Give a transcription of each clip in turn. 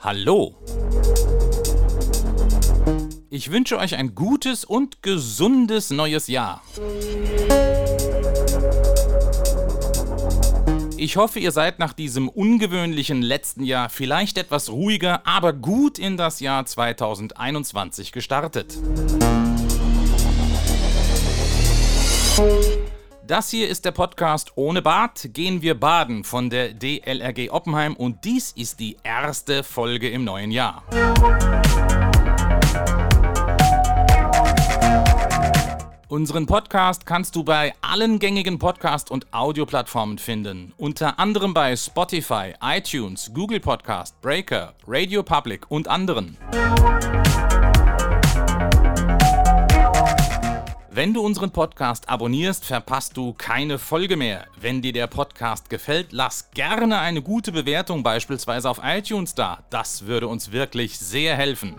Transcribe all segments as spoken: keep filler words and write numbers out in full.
Hallo! Ich wünsche euch ein gutes und gesundes neues Jahr. Ich hoffe, ihr seid nach diesem ungewöhnlichen letzten Jahr vielleicht etwas ruhiger, aber gut in das Jahr zweitausendeinundzwanzig gestartet. Das hier ist der Podcast Ohne Bad gehen wir baden von der D L R G Oppenheim und dies ist die erste Folge im neuen Jahr. Unseren Podcast kannst du bei allen gängigen Podcast- und Audioplattformen finden, unter anderem bei Spotify, iTunes, Google Podcast, Breaker, Radio Public und anderen. Wenn du unseren Podcast abonnierst, verpasst du keine Folge mehr. Wenn dir der Podcast gefällt, lass gerne eine gute Bewertung beispielsweise auf iTunes da. Das würde uns wirklich sehr helfen.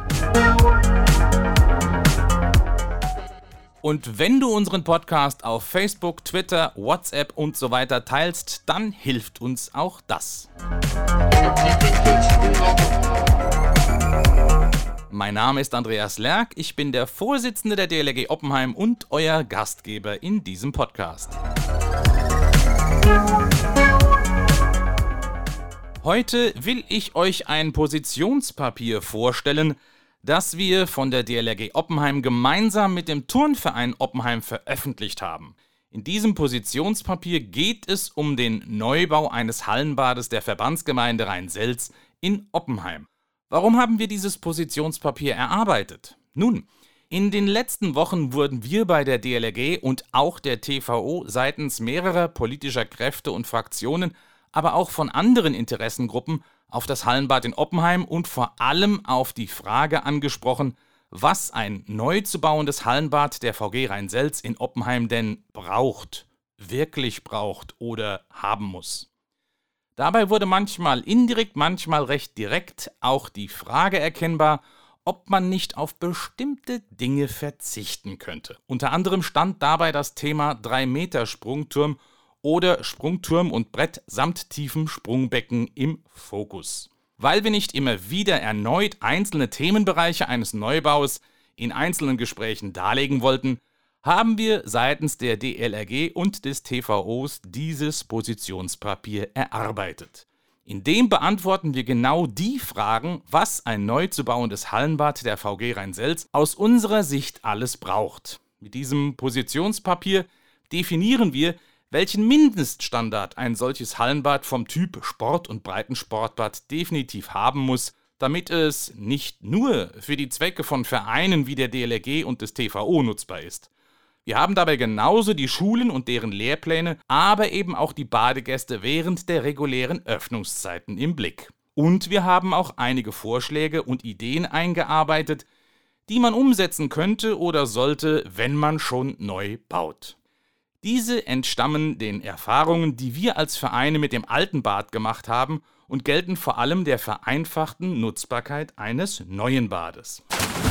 Und wenn du unseren Podcast auf Facebook, Twitter, WhatsApp und so weiter teilst, dann hilft uns auch das. Mein Name ist Andreas Lerck, ich bin der Vorsitzende der D L R G Oppenheim und euer Gastgeber in diesem Podcast. Heute will ich euch ein Positionspapier vorstellen, das wir von der D L R G Oppenheim gemeinsam mit dem Turnverein Oppenheim veröffentlicht haben. In diesem Positionspapier geht es um den Neubau eines Hallenbades der Verbandsgemeinde Rhein-Selz in Oppenheim. Warum haben wir dieses Positionspapier erarbeitet? Nun, in den letzten Wochen wurden wir bei der D L R G und auch der T V O seitens mehrerer politischer Kräfte und Fraktionen, aber auch von anderen Interessengruppen auf das Hallenbad in Oppenheim und vor allem auf die Frage angesprochen, was ein neu zu bauendes Hallenbad der V G Rhein-Selz in Oppenheim denn braucht, wirklich braucht oder haben muss. Dabei wurde manchmal indirekt, manchmal recht direkt auch die Frage erkennbar, ob man nicht auf bestimmte Dinge verzichten könnte. Unter anderem stand dabei das Thema drei Meter Sprungturm oder Sprungturm und Brett samt tiefem Sprungbecken im Fokus. Weil wir nicht immer wieder erneut einzelne Themenbereiche eines Neubaus in einzelnen Gesprächen darlegen wollten, haben wir seitens der D L R G und des T V Os dieses Positionspapier erarbeitet. In dem beantworten wir genau die Fragen, was ein neu zu bauendes Hallenbad der V G Rhein-Selz aus unserer Sicht alles braucht. Mit diesem Positionspapier definieren wir, welchen Mindeststandard ein solches Hallenbad vom Typ Sport- und Breitensportbad definitiv haben muss, damit es nicht nur für die Zwecke von Vereinen wie der D L R G und des T V O nutzbar ist. Wir haben dabei genauso die Schulen und deren Lehrpläne, aber eben auch die Badegäste während der regulären Öffnungszeiten im Blick. Und wir haben auch einige Vorschläge und Ideen eingearbeitet, die man umsetzen könnte oder sollte, wenn man schon neu baut. Diese entstammen den Erfahrungen, die wir als Vereine mit dem alten Bad gemacht haben und gelten vor allem der vereinfachten Nutzbarkeit eines neuen Bades.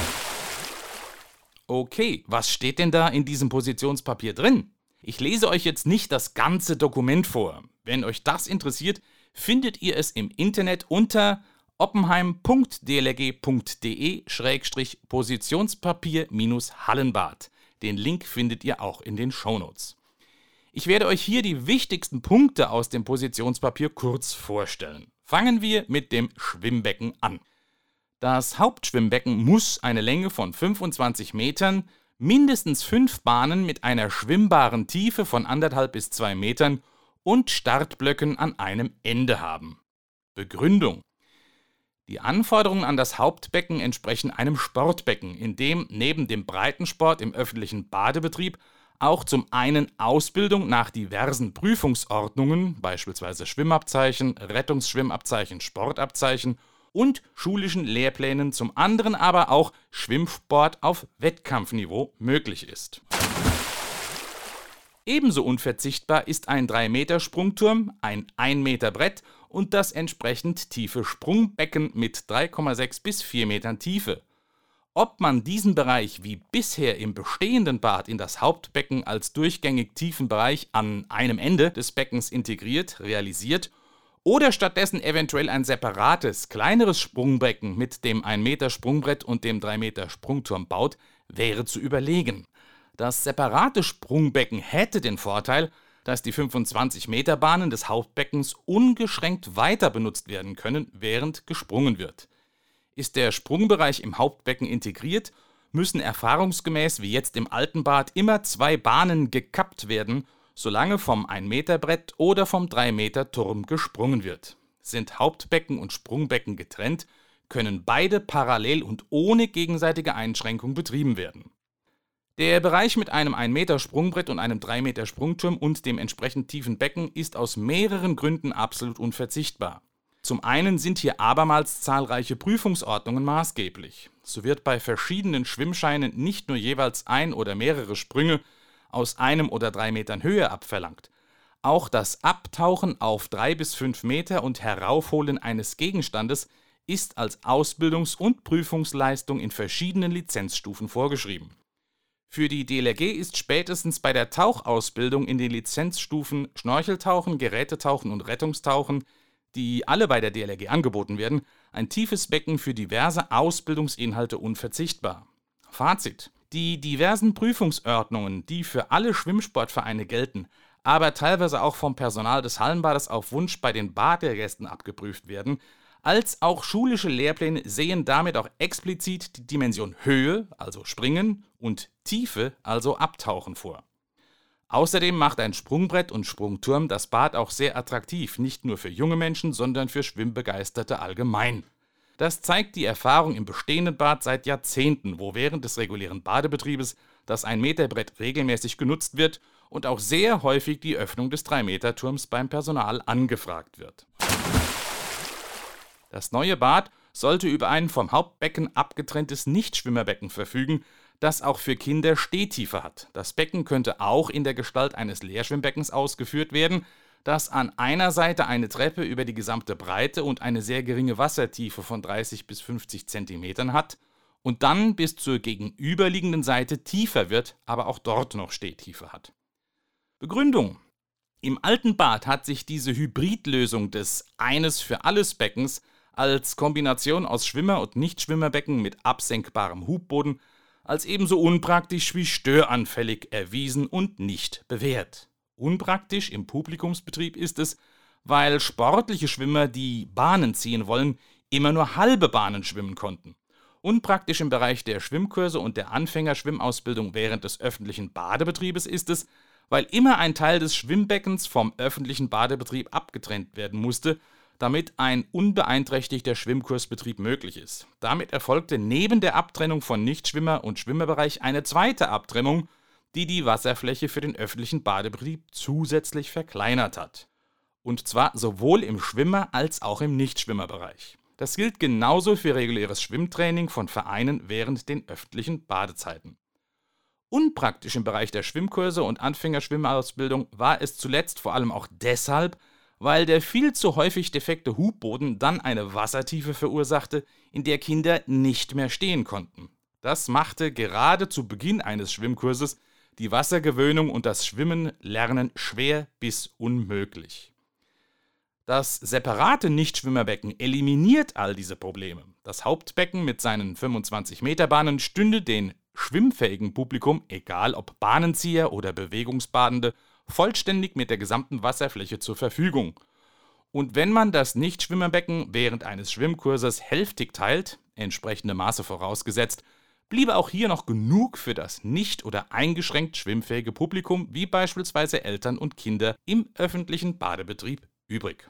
Okay, was steht denn da in diesem Positionspapier drin? Ich lese euch jetzt nicht das ganze Dokument vor. Wenn euch das interessiert, findet ihr es im Internet unter oppenheim punkt d l r g punkt d e slash positionspapier hallenbad. Den Link findet ihr auch in den Shownotes. Ich werde euch hier die wichtigsten Punkte aus dem Positionspapier kurz vorstellen. Fangen wir mit dem Schwimmbecken an. Das Hauptschwimmbecken muss eine Länge von fünfundzwanzig Metern, mindestens fünf Bahnen mit einer schwimmbaren Tiefe von anderthalb bis zwei Metern und Startblöcken an einem Ende haben. Begründung: Die Anforderungen an das Hauptbecken entsprechen einem Sportbecken, in dem neben dem Breitensport im öffentlichen Badebetrieb auch zum einen Ausbildung nach diversen Prüfungsordnungen, beispielsweise Schwimmabzeichen, Rettungsschwimmabzeichen, Sportabzeichen und schulischen Lehrplänen, zum anderen aber auch Schwimmsport auf Wettkampfniveau möglich ist. Ebenso unverzichtbar ist ein drei Meter Sprungturm, ein ein Meter Brett und das entsprechend tiefe Sprungbecken mit drei Komma sechs bis vier Metern Tiefe. Ob man diesen Bereich wie bisher im bestehenden Bad in das Hauptbecken als durchgängig tiefen Bereich an einem Ende des Beckens integriert, realisiert Oder stattdessen eventuell ein separates, kleineres Sprungbecken mit dem ein Meter Sprungbrett und dem drei Meter Sprungturm baut, wäre zu überlegen. Das separate Sprungbecken hätte den Vorteil, dass die fünfundzwanzig Meter Bahnen des Hauptbeckens ungeschränkt weiter benutzt werden können, während gesprungen wird. Ist der Sprungbereich im Hauptbecken integriert, müssen erfahrungsgemäß wie jetzt im alten Bad immer zwei Bahnen gekappt werden, solange vom ein Meter Brett oder vom drei Meter Turm gesprungen wird. Sind Hauptbecken und Sprungbecken getrennt, können beide parallel und ohne gegenseitige Einschränkung betrieben werden. Der Bereich mit einem ein Meter Sprungbrett und einem drei Meter Sprungturm und dem entsprechend tiefen Becken ist aus mehreren Gründen absolut unverzichtbar. Zum einen sind hier abermals zahlreiche Prüfungsordnungen maßgeblich. So wird bei verschiedenen Schwimmscheinen nicht nur jeweils ein oder mehrere Sprünge aus einem oder drei Metern Höhe abverlangt. Auch das Abtauchen auf drei bis fünf Meter und Heraufholen eines Gegenstandes ist als Ausbildungs- und Prüfungsleistung in verschiedenen Lizenzstufen vorgeschrieben. Für die D L R G ist spätestens bei der Tauchausbildung in den Lizenzstufen Schnorcheltauchen, Gerätetauchen und Rettungstauchen, die alle bei der D L R G angeboten werden, ein tiefes Becken für diverse Ausbildungsinhalte unverzichtbar. Fazit: Die diversen Prüfungsordnungen, die für alle Schwimmsportvereine gelten, aber teilweise auch vom Personal des Hallenbades auf Wunsch bei den Badegästen abgeprüft werden, als auch schulische Lehrpläne sehen damit auch explizit die Dimension Höhe, also Springen, und Tiefe, also Abtauchen vor. Außerdem macht ein Sprungbrett und Sprungturm das Bad auch sehr attraktiv, nicht nur für junge Menschen, sondern für Schwimmbegeisterte allgemein. Das zeigt die Erfahrung im bestehenden Bad seit Jahrzehnten, wo während des regulären Badebetriebes das ein Meter Brett regelmäßig genutzt wird und auch sehr häufig die Öffnung des drei Meter Turms beim Personal angefragt wird. Das neue Bad sollte über ein vom Hauptbecken abgetrenntes Nichtschwimmerbecken verfügen, das auch für Kinder Stehtiefe hat. Das Becken könnte auch in der Gestalt eines Leerschwimmbeckens ausgeführt werden, das an einer Seite eine Treppe über die gesamte Breite und eine sehr geringe Wassertiefe von dreißig bis fünfzig Zentimetern hat und dann bis zur gegenüberliegenden Seite tiefer wird, aber auch dort noch Stehtiefe hat. Begründung: Im alten Bad hat sich diese Hybridlösung des Eines-für-alles-Beckens als Kombination aus Schwimmer- und Nichtschwimmerbecken mit absenkbarem Hubboden als ebenso unpraktisch wie störanfällig erwiesen und nicht bewährt. Unpraktisch im Publikumsbetrieb ist es, weil sportliche Schwimmer, die Bahnen ziehen wollen, immer nur halbe Bahnen schwimmen konnten. Unpraktisch im Bereich der Schwimmkurse und der Anfängerschwimmausbildung während des öffentlichen Badebetriebes ist es, weil immer ein Teil des Schwimmbeckens vom öffentlichen Badebetrieb abgetrennt werden musste, damit ein unbeeinträchtigter Schwimmkursbetrieb möglich ist. Damit erfolgte neben der Abtrennung von Nichtschwimmer- und Schwimmerbereich eine zweite Abtrennung, die die Wasserfläche für den öffentlichen Badebetrieb zusätzlich verkleinert hat. Und zwar sowohl im Schwimmer- als auch im Nichtschwimmerbereich. Das gilt genauso für reguläres Schwimmtraining von Vereinen während den öffentlichen Badezeiten. Unpraktisch im Bereich der Schwimmkurse und Anfängerschwimmausbildung war es zuletzt vor allem auch deshalb, weil der viel zu häufig defekte Hubboden dann eine Wassertiefe verursachte, in der Kinder nicht mehr stehen konnten. Das machte gerade zu Beginn eines Schwimmkurses die Wassergewöhnung und das Schwimmen-Lernen schwer bis unmöglich. Das separate Nichtschwimmerbecken eliminiert all diese Probleme. Das Hauptbecken mit seinen fünfundzwanzig Meter Bahnen stünde den schwimmfähigen Publikum, egal ob Bahnenzieher oder Bewegungsbadende, vollständig mit der gesamten Wasserfläche zur Verfügung. Und wenn man das Nichtschwimmerbecken während eines Schwimmkurses hälftig teilt, entsprechende Maße vorausgesetzt, bliebe auch hier noch genug für das nicht oder eingeschränkt schwimmfähige Publikum, wie beispielsweise Eltern und Kinder im öffentlichen Badebetrieb, übrig.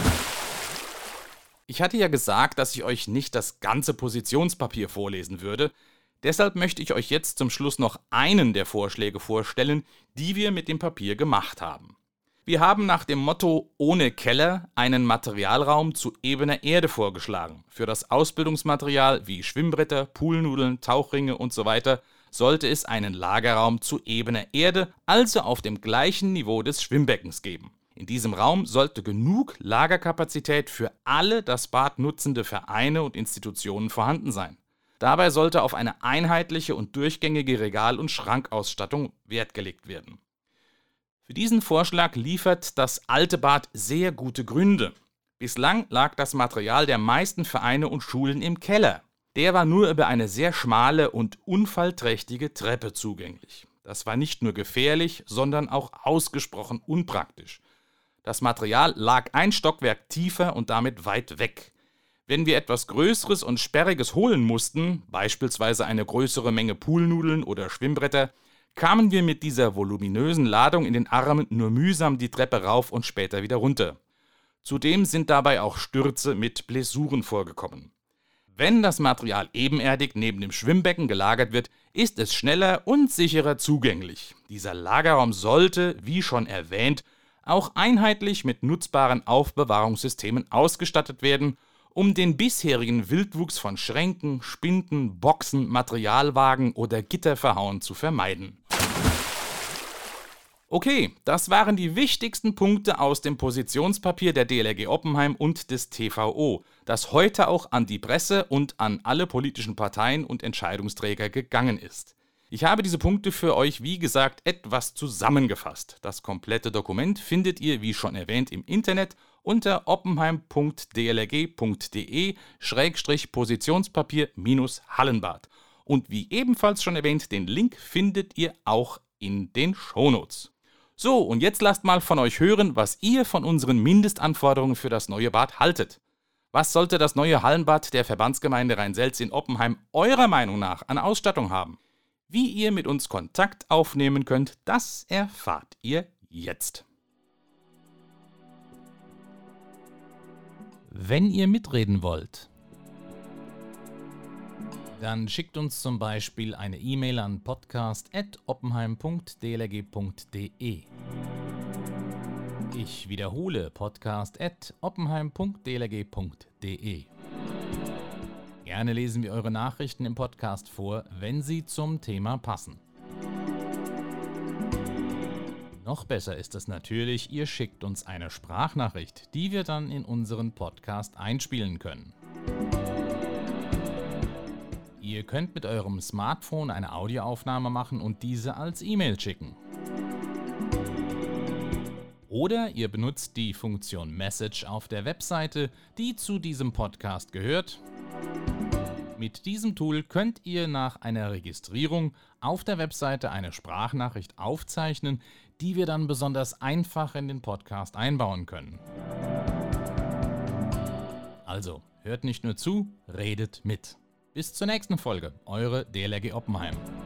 Ich hatte ja gesagt, dass ich euch nicht das ganze Positionspapier vorlesen würde. Deshalb möchte ich euch jetzt zum Schluss noch einen der Vorschläge vorstellen, die wir mit dem Papier gemacht haben. Wir haben nach dem Motto „Ohne Keller“ einen Materialraum zu ebener Erde vorgeschlagen. Für das Ausbildungsmaterial wie Schwimmbretter, Poolnudeln, Tauchringe usw. sollte es einen Lagerraum zu ebener Erde, also auf dem gleichen Niveau des Schwimmbeckens geben. In diesem Raum sollte genug Lagerkapazität für alle das Bad nutzende Vereine und Institutionen vorhanden sein. Dabei sollte auf eine einheitliche und durchgängige Regal- und Schrankausstattung Wert gelegt werden. Für diesen Vorschlag liefert das alte Bad sehr gute Gründe. Bislang lag das Material der meisten Vereine und Schulen im Keller. Der war nur über eine sehr schmale und unfallträchtige Treppe zugänglich. Das war nicht nur gefährlich, sondern auch ausgesprochen unpraktisch. Das Material lag ein Stockwerk tiefer und damit weit weg. Wenn wir etwas Größeres und Sperriges holen mussten, beispielsweise eine größere Menge Poolnudeln oder Schwimmbretter, kamen wir mit dieser voluminösen Ladung in den Armen nur mühsam die Treppe rauf und später wieder runter. Zudem sind dabei auch Stürze mit Blessuren vorgekommen. Wenn das Material ebenerdig neben dem Schwimmbecken gelagert wird, ist es schneller und sicherer zugänglich. Dieser Lagerraum sollte, wie schon erwähnt, auch einheitlich mit nutzbaren Aufbewahrungssystemen ausgestattet werden, um den bisherigen Wildwuchs von Schränken, Spinden, Boxen, Materialwagen oder Gitterverhauen zu vermeiden. Okay, das waren die wichtigsten Punkte aus dem Positionspapier der D L R G Oppenheim und des T V O, das heute auch an die Presse und an alle politischen Parteien und Entscheidungsträger gegangen ist. Ich habe diese Punkte für euch, wie gesagt, etwas zusammengefasst. Das komplette Dokument findet ihr, wie schon erwähnt, im Internet unter oppenheim punkt d l r g punkt d e schrägstrich positionspapier hallenbad. Und wie ebenfalls schon erwähnt, den Link findet ihr auch in den Shownotes. So, und jetzt lasst mal von euch hören, was ihr von unseren Mindestanforderungen für das neue Bad haltet. Was sollte das neue Hallenbad der Verbandsgemeinde Rhein-Selz in Oppenheim eurer Meinung nach an Ausstattung haben? Wie ihr mit uns Kontakt aufnehmen könnt, das erfahrt ihr jetzt. Wenn ihr mitreden wollt, dann schickt uns zum Beispiel eine E-Mail an podcast at oppenheim punkt d l r g punkt d e. Ich wiederhole, podcast at oppenheim punkt d l r g punkt d e. Gerne lesen wir eure Nachrichten im Podcast vor, wenn sie zum Thema passen. Noch besser ist es natürlich, ihr schickt uns eine Sprachnachricht, die wir dann in unseren Podcast einspielen können. Ihr könnt mit eurem Smartphone eine Audioaufnahme machen und diese als E-Mail schicken. Oder ihr benutzt die Funktion Message auf der Webseite, die zu diesem Podcast gehört. Mit diesem Tool könnt ihr nach einer Registrierung auf der Webseite eine Sprachnachricht aufzeichnen, die wir dann besonders einfach in den Podcast einbauen können. Also, hört nicht nur zu, redet mit. Bis zur nächsten Folge, eure D L R G Oppenheim.